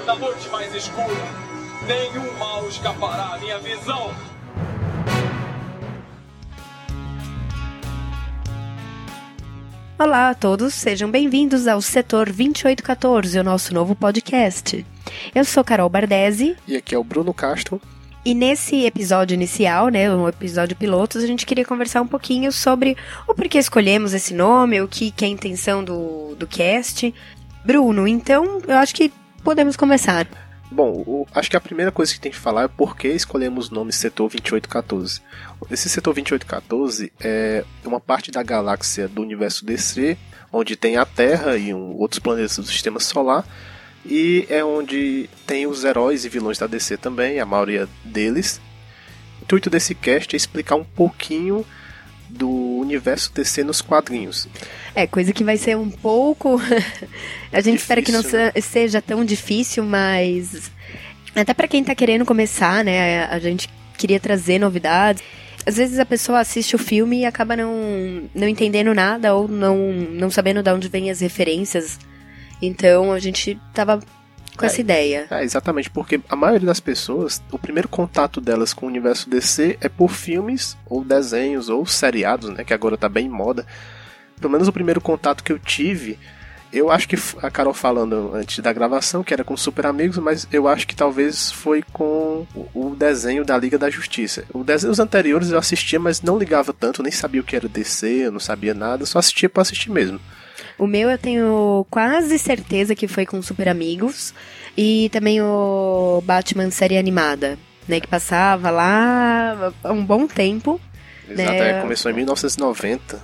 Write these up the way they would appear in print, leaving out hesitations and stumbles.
Na noite mais escura, nenhum mal escapará à minha visão. Olá a todos, sejam bem-vindos ao Setor 2814, o nosso novo podcast. Eu sou Carol Bardesi. E aqui é o Bruno Castro. E nesse episódio inicial, um episódio piloto, a gente queria conversar um pouquinho sobre o porquê escolhemos esse nome, o que é a intenção do cast. Bruno, então eu acho que podemos começar. Bom, acho que a primeira coisa que tem que falar é por que escolhemos o nome Setor 2814. Esse Setor 2814 é uma parte da galáxia do universo DC, onde tem a Terra e outros planetas do Sistema Solar, e é onde tem os heróis e vilões da DC também, a maioria deles. O intuito desse cast é explicar um pouquinho do universo DC nos quadrinhos. Coisa que vai ser um pouco... a gente difícil, espera que não seja tão difícil, mas... Até pra quem tá querendo começar, a gente queria trazer novidades. Às vezes a pessoa assiste o filme e acaba não entendendo nada ou não sabendo de onde vêm as referências. Então a gente tava com essa ideia. Exatamente, porque a maioria das pessoas, o primeiro contato delas com o universo DC é por filmes, ou desenhos, ou seriados, que agora tá bem em moda. Pelo menos o primeiro contato que eu tive, eu acho que a Carol falando antes da gravação, que era com Super Amigos, mas eu acho que talvez foi com o desenho da Liga da Justiça. Os anteriores eu assistia, mas não ligava tanto, nem sabia o que era DC, eu não sabia nada, só assistia pra assistir mesmo. O meu eu tenho quase certeza que foi com Super Amigos e também o Batman série animada, que passava lá há um bom tempo. Exato, começou em 1990,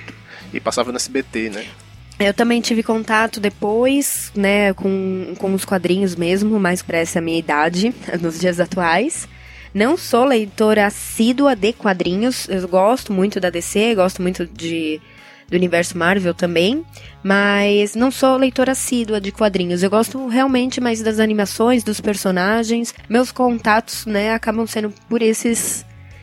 e passava no SBT, Eu também tive contato depois, com os quadrinhos mesmo, mais para essa minha idade, nos dias atuais. Não sou leitora assídua de quadrinhos, eu gosto muito da DC, gosto muito do universo Marvel também, mas não sou leitora assídua de quadrinhos. Eu gosto realmente mais das animações, dos personagens. Meus contatos, acabam sendo por esses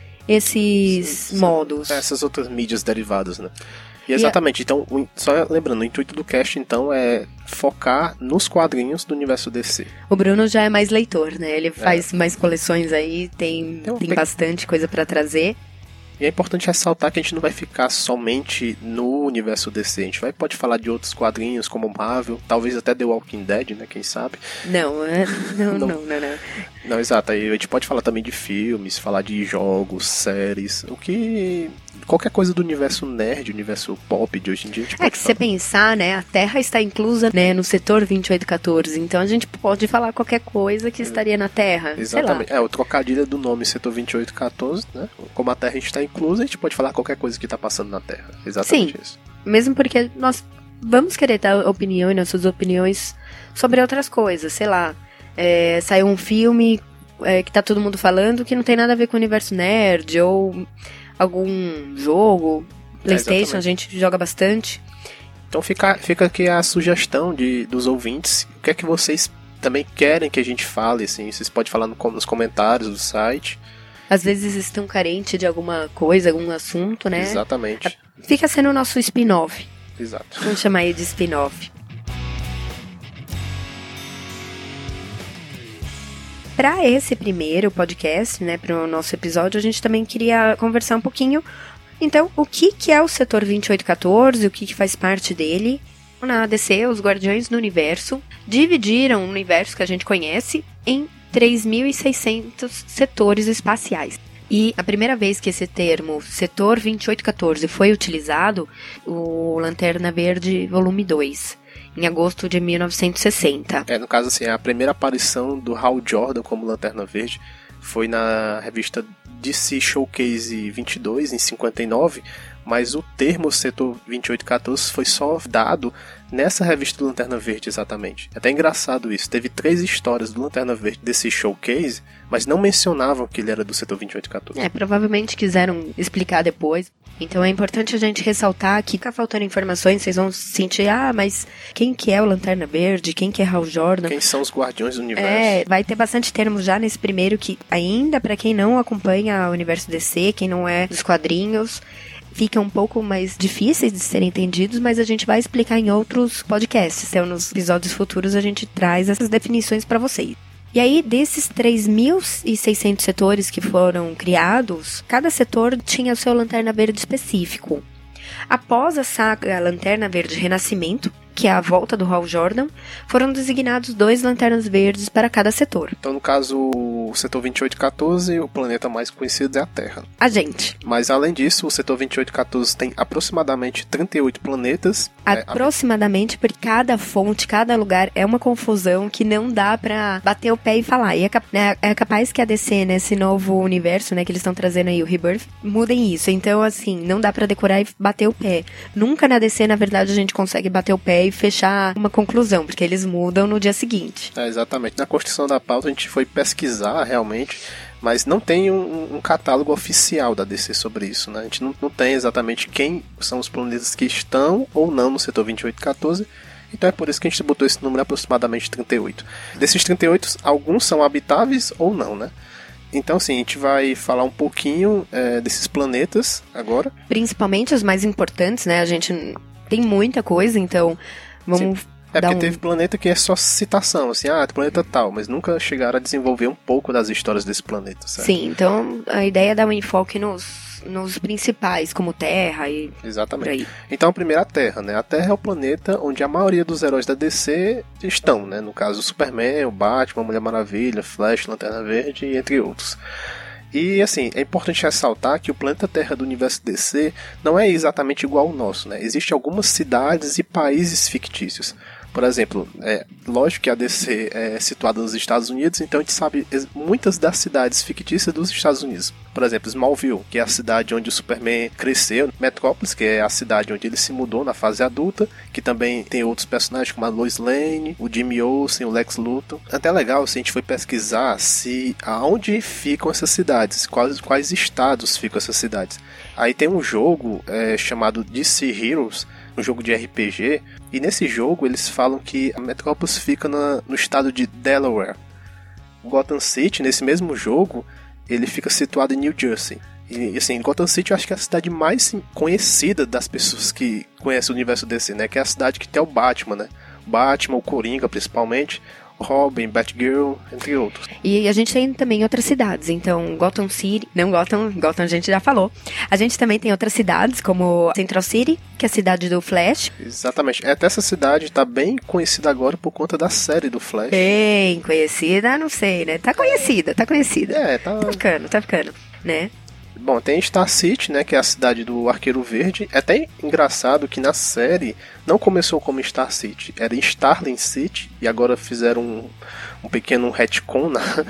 modos. Essas outras mídias derivadas, E exatamente, então, só lembrando, o intuito do cast, então, é focar nos quadrinhos do universo DC. O Bruno já é mais leitor, Ele faz mais coleções aí, tem bastante coisa pra trazer. E é importante ressaltar que a gente não vai ficar somente no universo DC. A gente pode falar de outros quadrinhos, como Marvel, talvez até The Walking Dead, quem sabe. Não. Não, exato. Aí a gente pode falar também de filmes, falar de jogos, séries, qualquer coisa do universo nerd, universo pop de hoje em dia. A gente pode que se você pensar, a Terra está inclusa, no setor 2814, então a gente pode falar qualquer coisa que estaria na Terra. Exatamente. O trocadilho do nome setor 2814, Como a Terra está inclusa, a gente pode falar qualquer coisa que está passando na Terra. Exatamente. Sim, isso. Mesmo porque nós vamos querer dar opinião e nossas opiniões sobre outras coisas, saiu um filme que tá todo mundo falando que não tem nada a ver com o universo nerd, ou algum jogo, PlayStation, a gente joga bastante. Então fica aqui a sugestão dos ouvintes, o que é que vocês também querem que a gente fale, vocês podem falar nos comentários do site. Às vezes estão carentes de alguma coisa, algum assunto, Exatamente. Fica sendo o nosso spin-off. Exato. Vamos chamar ele de spin-off. Para esse primeiro podcast, para o nosso episódio, a gente também queria conversar um pouquinho. Então, o que é o Setor 2814, o que faz parte dele? Na DC, os Guardiões do Universo dividiram o universo que a gente conhece em 3.600 setores espaciais. E a primeira vez que esse termo, Setor 2814, foi utilizado, o Lanterna Verde Volume 2, em agosto de 1960. No caso, a primeira aparição do Hal Jordan como Lanterna Verde foi na revista DC Showcase 22, em 59, mas o termo Setor 2814 foi só dado nessa revista do Lanterna Verde, exatamente. É até engraçado isso. Teve 3 histórias do Lanterna Verde desse showcase, mas não mencionavam que ele era do Setor 2814. Provavelmente quiseram explicar depois. Então é importante a gente ressaltar que fica faltando informações, vocês vão sentir, mas quem que é o Lanterna Verde? Quem que é Hal Jordan? Quem são os Guardiões do Universo? Vai ter bastante termos já nesse primeiro que, ainda para quem não acompanha o universo DC, quem não é dos quadrinhos, ficam um pouco mais difíceis de serem entendidos, mas a gente vai explicar em outros podcasts. Então, nos episódios futuros a gente traz essas definições para vocês. E aí, desses 3.600 setores que foram criados, cada setor tinha o seu Lanterna Verde específico. Após a saga Lanterna Verde Renascimento, que é a volta do Hal Jordan, foram designados 2 lanternas verdes para cada setor. Então, no caso, o setor 2814, o planeta mais conhecido é a Terra. A gente. Mas, além disso, o setor 2814 tem aproximadamente 38 planetas. Aproximadamente, porque cada fonte, cada lugar é uma confusão que não dá pra bater o pé e falar. E é capaz que a DC, nesse novo universo, né, que eles estão trazendo aí, o Rebirth, mudem isso. Então, assim, não dá pra decorar e bater o pé. Nunca na DC, na verdade, a gente consegue bater o pé e fechar uma conclusão, porque eles mudam no dia seguinte. Exatamente. Na construção da pauta a gente foi pesquisar realmente, mas não tem um catálogo oficial da DC sobre isso, né? A gente não tem exatamente quem são os planetas que estão ou não no setor 2814, então é por isso que a gente botou esse número aproximadamente 38. Desses 38, alguns são habitáveis ou não, né? Então, assim, a gente vai falar um pouquinho desses planetas agora. Principalmente os mais importantes, né? A gente tem muita coisa, então vamos... Sim. Porque teve planeta que é só citação, assim, planeta tal, mas nunca chegaram a desenvolver um pouco das histórias desse planeta, certo? Sim, então a ideia é dar um enfoque nos principais, como Terra e exatamente. Por aí. Então, primeiro a Terra, né? A Terra é o planeta onde a maioria dos heróis da DC estão, né? No caso, o Superman, o Batman, a Mulher Maravilha, Flash, Lanterna Verde, entre outros. E, assim, é importante ressaltar que o planeta Terra do universo DC não é exatamente igual ao nosso, né? Existem algumas cidades e países fictícios. Por exemplo, lógico que a DC é situada nos Estados Unidos, então a gente sabe muitas das cidades fictícias dos Estados Unidos. Por exemplo, Smallville, que é a cidade onde o Superman cresceu. Metrópolis, que é a cidade onde ele se mudou na fase adulta, que também tem outros personagens como a Lois Lane, o Jimmy Olsen, o Lex Luthor. Até legal se a gente foi pesquisar aonde ficam essas cidades, quais estados ficam essas cidades. Aí tem um jogo chamado DC Heroes, um jogo de RPG, e nesse jogo eles falam que a Metrópolis fica no estado de Delaware. Gotham City, nesse mesmo jogo, ele fica situado em New Jersey. E assim, Gotham City eu acho que é a cidade mais conhecida das pessoas que conhecem o universo DC, né? Que é a cidade que tem o Batman, né? O Batman, o Coringa principalmente, Robin, Batgirl, entre outros. E a gente tem também outras cidades, então Gotham City, não Gotham a gente já falou. A gente também tem outras cidades, como Central City, que é a cidade do Flash. Exatamente, até essa cidade tá bem conhecida agora por conta da série do Flash. Bem conhecida, não sei, né? Tá conhecida. Tá ficando, né? Bom, tem Star City, né, que é a cidade do Arqueiro Verde. É até engraçado que na série não começou como Star City, era em Starling City, e agora fizeram um pequeno retcon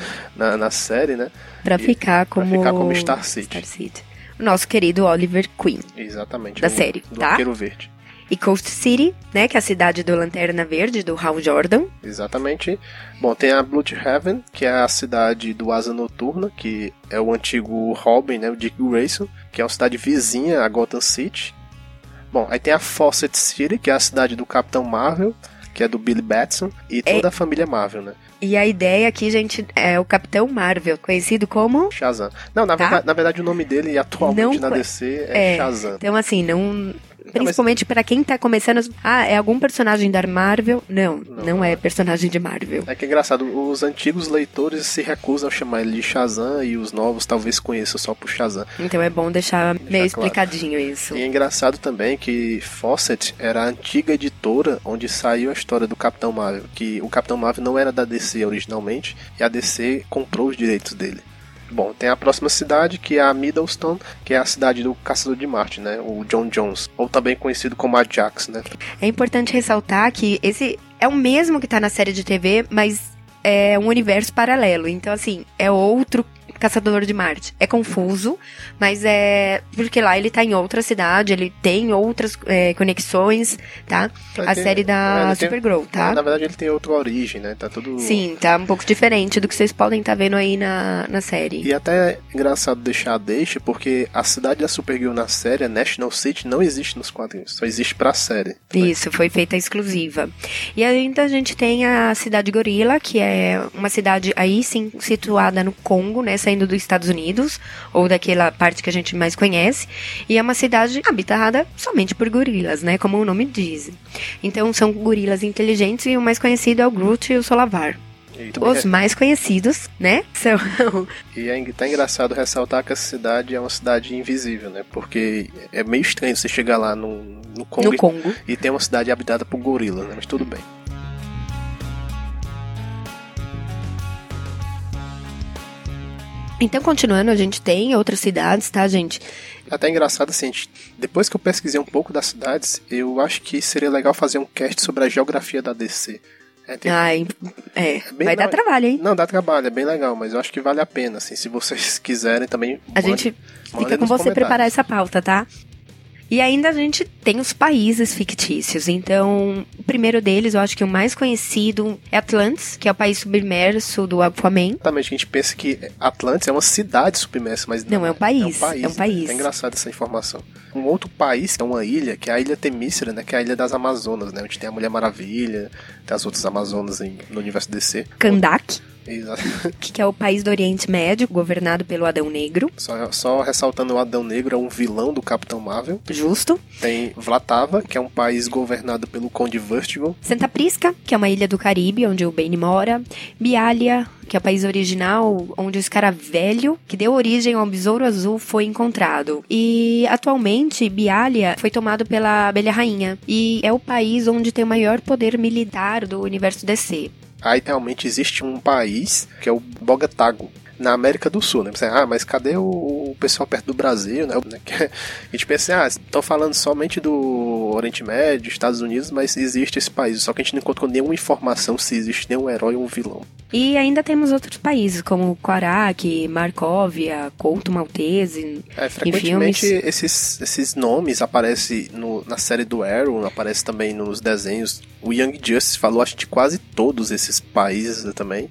na série, né? Pra ficar como Star City. O nosso querido Oliver Queen. Exatamente. Da série, do tá? Arqueiro Verde. E Coast City, né, que é a cidade do Lanterna Verde, do Hal Jordan. Exatamente. Bom, tem a Bloodhaven, que é a cidade do Asa Noturna, que é o antigo Robin, né, o Dick Grayson, que é uma cidade vizinha a Gotham City. Bom, aí tem a Fawcett City, que é a cidade do Capitão Marvel, que é do Billy Batson, e toda a família Marvel, né? E a ideia aqui, gente, é o Capitão Marvel, conhecido como... Shazam. Não, na verdade o nome dele atualmente na DC é Shazam. Então, assim, não... Principalmente pra quem tá começando... é algum personagem da Marvel? Não é personagem de Marvel. É que é engraçado, os antigos leitores se recusam a chamar ele de Shazam e os novos talvez conheçam só por Shazam. Então é bom deixar meio claro. Explicadinho isso. E é engraçado também que Fawcett era a antiga editora onde saiu a história do Capitão Marvel, que o Capitão Marvel não era da DC originalmente e a DC comprou os direitos dele. Bom, tem a próxima cidade, que é a Middlestone, que é a cidade do Caçador de Marte, né? O John Jones, ou também conhecido como Ajax, né? É importante ressaltar que esse é o mesmo que tá na série de TV, mas é um universo paralelo. Então, assim, é outro Caçador de Marte. É confuso, mas porque lá ele tá em outra cidade, ele tem outras conexões, tá? Série da Supergirl, tá? Na verdade ele tem outra origem, né? Tá tudo... Sim, tá um pouco diferente do que vocês podem estar vendo aí na série. E até é engraçado deixar porque a cidade da Supergirl na série, a National City, não existe nos quadrinhos, só existe pra série. Isso, foi feita exclusiva. E ainda a gente tem a cidade Gorila, que é uma cidade aí sim situada no Congo, né? sendo dos Estados Unidos, ou daquela parte que a gente mais conhece, e é uma cidade habitada somente por gorilas, né, como o nome diz. Então são gorilas inteligentes e o mais conhecido é o Groot e o Solavar. Os mais conhecidos, né, são... E é até engraçado ressaltar que essa cidade é uma cidade invisível, né, porque é meio estranho você chegar lá no Congo e ter uma cidade habitada por gorilas, né, mas tudo bem. Então, continuando, a gente tem outras cidades, tá, gente? Até engraçado, assim, depois que eu pesquisei um pouco das cidades, eu acho que seria legal fazer um cast sobre a geografia da DC. Vai dar trabalho, hein? Não, dá trabalho, é bem legal, mas eu acho que vale a pena, assim, se vocês quiserem também... A gente fica com você preparar essa pauta, tá? E ainda a gente tem os países fictícios. Então, o primeiro deles, eu acho que o mais conhecido é Atlantis, que é o país submerso do Aquaman. Exatamente, a gente pensa que Atlantis é uma cidade submersa, mas não, é um país. É um país. É engraçado essa informação. Um outro país, que é uma ilha, que é a Ilha Temícera, né, que é a Ilha das Amazonas, né, onde tem a Mulher Maravilha, tem as outras Amazonas no universo DC. Kandak. Exato. Que é o país do Oriente Médio, governado pelo Adão Negro. Só ressaltando, o Adão Negro é um vilão do Capitão Marvel. Justo. Tem Vlatava, que é um país governado pelo Conde Vertigo. Santa Prisca, que é uma ilha do Caribe, onde o Bane mora. Bialya, que é o país original, onde o escaravelho, que deu origem ao Besouro Azul, foi encontrado. E, atualmente, Bialya foi tomado pela Abelha Rainha. E é o país onde tem o maior poder militar do universo DC. Aí realmente existe um país que é o Bogotago, na América do Sul, né? Mas cadê o pessoal perto do Brasil, né? A gente pensa, estão falando somente do Oriente Médio, Estados Unidos, mas existe esse país, só que a gente não encontrou nenhuma informação se existe nenhum herói ou um vilão. E ainda temos outros países, como Quarak, Marcóvia, Couto Maltese, frequentemente esses nomes aparecem na série do Arrow, aparece também nos desenhos. O Young Justice falou, acho, de quase todos esses países também.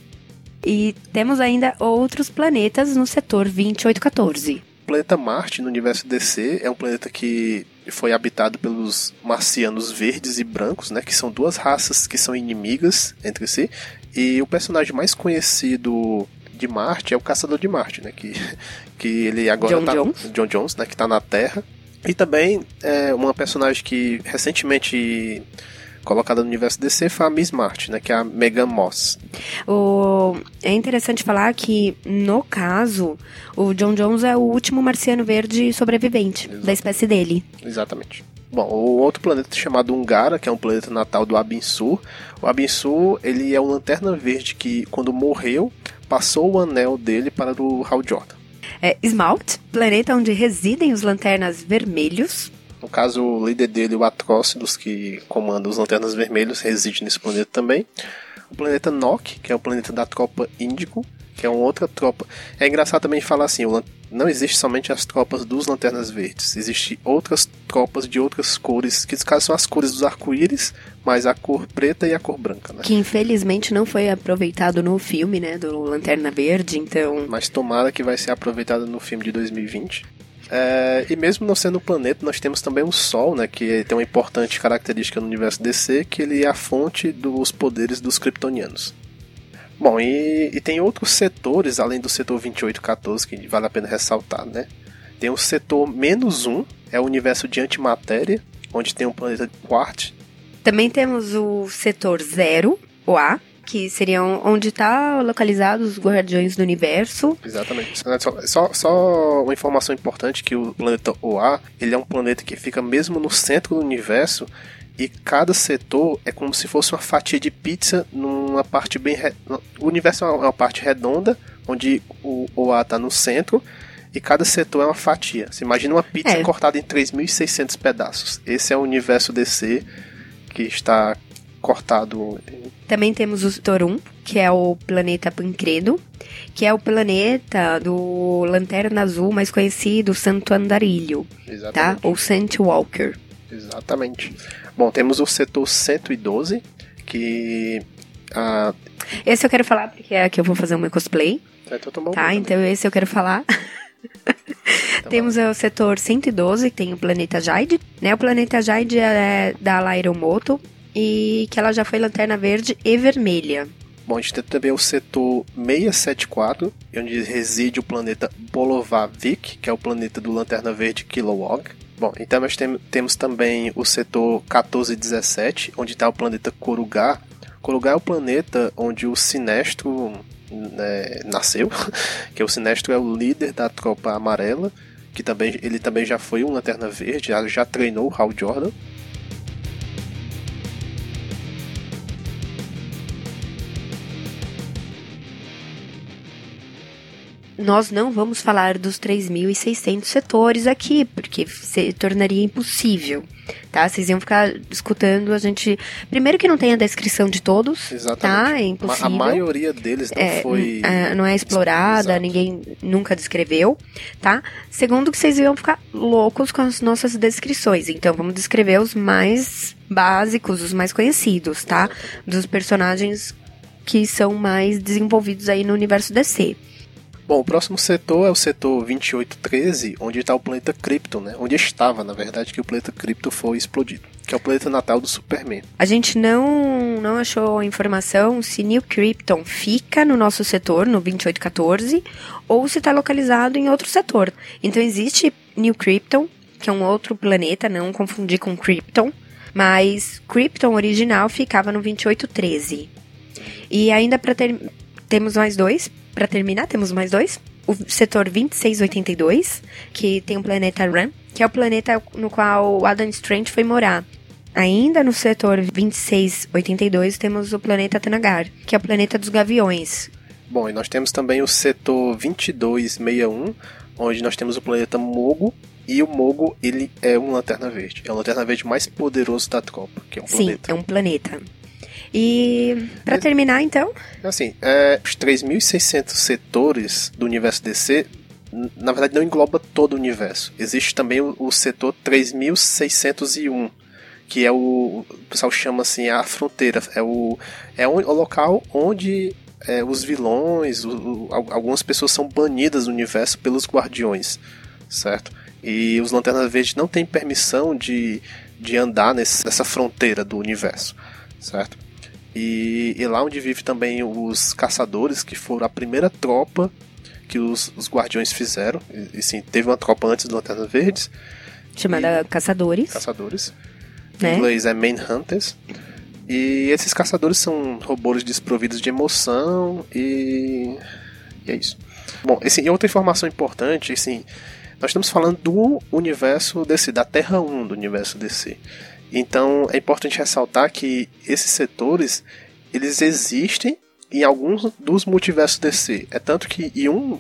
E temos ainda outros planetas no setor 2814. O planeta Marte, no universo DC, é um planeta que foi habitado pelos marcianos verdes e brancos, né, que são duas raças que são inimigas entre si. E o personagem mais conhecido de Marte é o Caçador de Marte, né, que ele agora John Jones, né, que está na Terra. E também uma personagem que recentemente colocada no universo DC foi a Miss Martian, né, que é a Megan Moss. É interessante falar que, no caso, o John Jones é o último marciano verde sobrevivente da espécie dele. Exatamente. Bom, o outro planeta chamado Ungara, que é um planeta natal do Abin Sur. O Abin Sur, ele é um Lanterna Verde que, quando morreu, passou o anel dele para o Hal Jordan. Smalt, planeta onde residem os Lanternas Vermelhos. No caso, o líder dele, o Atrocitus, que comanda os Lanternas Vermelhos, reside nesse planeta também. O planeta Nock, que é o planeta da tropa Índico, que é uma outra tropa. É engraçado também falar assim, não existe somente as tropas dos Lanternas Verdes, existem outras tropas de outras cores, que nesse caso são as cores dos arco-íris, mas a cor preta e a cor branca, né? Que infelizmente não foi aproveitado no filme, né, do Lanterna Verde, então... Mas tomara que vai ser aproveitado no filme de 2020. E mesmo não sendo um planeta, nós temos também o Sol, né, que tem uma importante característica no universo DC, que ele é a fonte dos poderes dos kryptonianos. Bom, e tem outros setores, além do setor 2814, que vale a pena ressaltar, né? Tem o setor -1, é o universo de antimatéria, onde tem um planeta de Quart. Também temos o setor 0, o A, que seriam onde está localizados os Guardiões do Universo. Exatamente. Só uma informação importante, que o planeta OA, ele é um planeta que fica mesmo no centro do universo, e cada setor é como se fosse uma fatia de pizza numa parte bem... O universo é uma parte redonda, onde o OA está no centro, e cada setor é uma fatia. Você imagina uma pizza cortada em 3.600 pedaços. Esse é o universo DC que está cortado. Também temos o setor 1, que é o planeta Pancredo, que é o planeta do Lanterna Azul mais conhecido, Santo Andarilho. Exatamente. Tá? Ou Saint Walker. Exatamente. Bom, temos o setor 112, que... Esse eu quero falar porque é que eu vou fazer uma cosplay. Tá, então esse eu quero falar. Temos o setor 112, que tem o planeta Jade, né? O planeta Jade é da Laira Moto, e que ela já foi Lanterna Verde e Vermelha. Bom, a gente tem também o setor 674, onde reside o planeta Bolovavik, que é o planeta do Lanterna Verde Kilowog. Bom, então nós temos também o setor 1417, onde está o planeta Korugar. Korugar é o planeta onde o Sinestro nasceu, que o Sinestro é o líder da tropa amarela, que ele também já foi um Lanterna Verde, já treinou o Hal Jordan. Nós não vamos falar dos 3.600 setores aqui, porque se tornaria impossível, tá? Vocês iam ficar escutando a gente... Primeiro que não tem a descrição de todos, exatamente. Tá? É impossível. A maioria deles não é explorada, ninguém nunca descreveu, tá? Segundo que vocês iam ficar loucos com as nossas descrições, então vamos descrever os mais básicos, os mais conhecidos, tá? Dos personagens que são mais desenvolvidos aí no universo DC. Bom, o próximo setor é o setor 2813, onde está o planeta Krypton, né? Onde estava, na verdade, que o planeta Krypton foi explodido, que é o planeta natal do Superman. A gente não achou informação se New Krypton fica no nosso setor, no 2814, ou se está localizado em outro setor. Então existe New Krypton, que é um outro planeta, não confundir com Krypton, mas Krypton original ficava no 2813. E ainda temos mais dois. Para terminar, temos mais dois. O setor 2682, que tem o planeta Ram, que é o planeta no qual o Adam Strange foi morar. Ainda no setor 2682 temos o planeta Thanagar, que é o planeta dos Gaviões. Bom, e nós temos também o setor 2261, onde nós temos o planeta Mogo. E o Mogo, ele é um Lanterna Verde. É o Lanterna Verde mais poderoso da tropa, que é um planeta. Sim, é um planeta. E, para terminar, então... Assim, os 3.600 setores do universo DC, na verdade, não engloba todo o universo. Existe também o setor 3.601, que é o pessoal chama assim, a fronteira. É o local onde os vilões, algumas pessoas são banidas do universo pelos Guardiões, certo? E os Lanternas Verdes não têm permissão de andar nessa fronteira do universo, certo? E lá onde vive também os caçadores, que foram a primeira tropa que os Guardiões fizeram. E sim, teve uma tropa antes dos Lanternas Verdes. Chamada Caçadores. Caçadores. Né? Em inglês é Manhunters. E esses caçadores são robôs desprovidos de emoção e é isso. Bom, e outra informação importante, assim, nós estamos falando do universo DC, da Terra 1 do universo DC. Então é importante ressaltar que esses setores, eles existem em alguns dos multiversos DC. É tanto que em um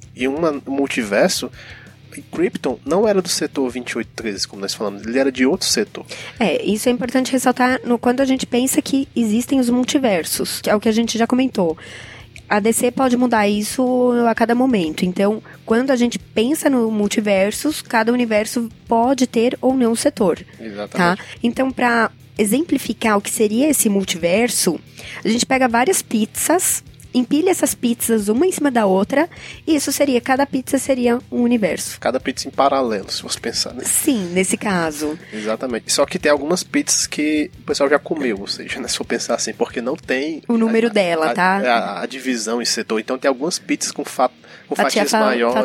multiverso, Krypton não era do setor 2813, como nós falamos, ele era de outro setor. Isso é importante ressaltar quando a gente pensa que existem os multiversos, que é o que a gente já comentou. A DC pode mudar isso a cada momento. Então, quando a gente pensa no multiversos, cada universo pode ter ou não um setor. Exatamente. Tá? Então, para exemplificar o que seria esse multiverso, a gente pega várias pizzas, empilha essas pizzas uma em cima da outra, e cada pizza seria um universo. Cada pizza em paralelo, se você pensar, né? Sim, nesse caso. Exatamente. Só que tem algumas pizzas que o pessoal já comeu, ou seja, né, se for pensar assim, porque não tem o número dela, tá? A divisão em setor. Então tem algumas pizzas com fatias maiores.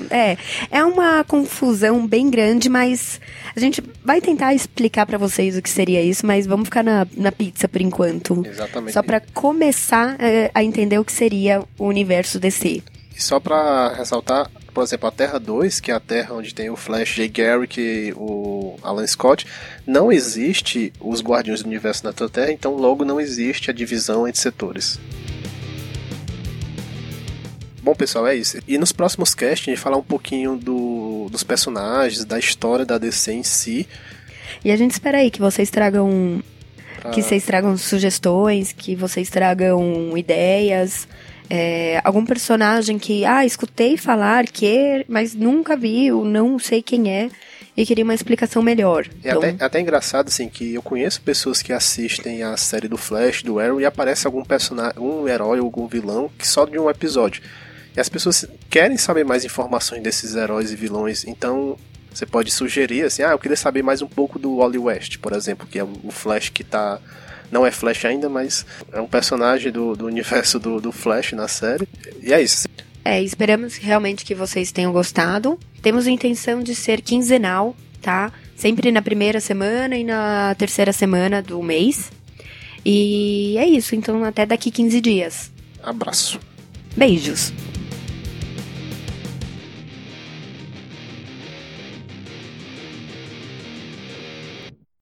É uma confusão bem grande, mas a gente vai tentar explicar pra vocês o que seria isso, mas vamos ficar na pizza por enquanto. Exatamente. Só pra começar a entender o que seria o universo DC. E só pra ressaltar, por exemplo, a Terra 2, que é a Terra onde tem o Flash, Jay Garrick e o Alan Scott, não existe os Guardiões do Universo na Terra, então logo não existe a divisão entre setores. Bom, pessoal, é isso. E nos próximos casts a gente vai falar um pouquinho dos personagens, da história da DC em si. E a gente espera aí que vocês tragam sugestões, que vocês tragam ideias, algum personagem que, escutei falar mas nunca vi, não sei quem é, e queria uma explicação melhor. É então... até engraçado, assim, que eu conheço pessoas que assistem a série do Flash, do Arrow, e aparece algum personagem, um herói ou algum vilão, que só de um episódio. E as pessoas querem saber mais informações desses heróis e vilões, então Você pode sugerir, assim, eu queria saber mais um pouco do Wally West, por exemplo, que é o Flash que tá... Não é Flash ainda, mas é um personagem do universo do Flash na série. E é isso. Esperamos realmente que vocês tenham gostado. Temos a intenção de ser quinzenal, tá? Sempre na primeira semana e na terceira semana do mês. E é isso, então até daqui 15 dias. Abraço. Beijos.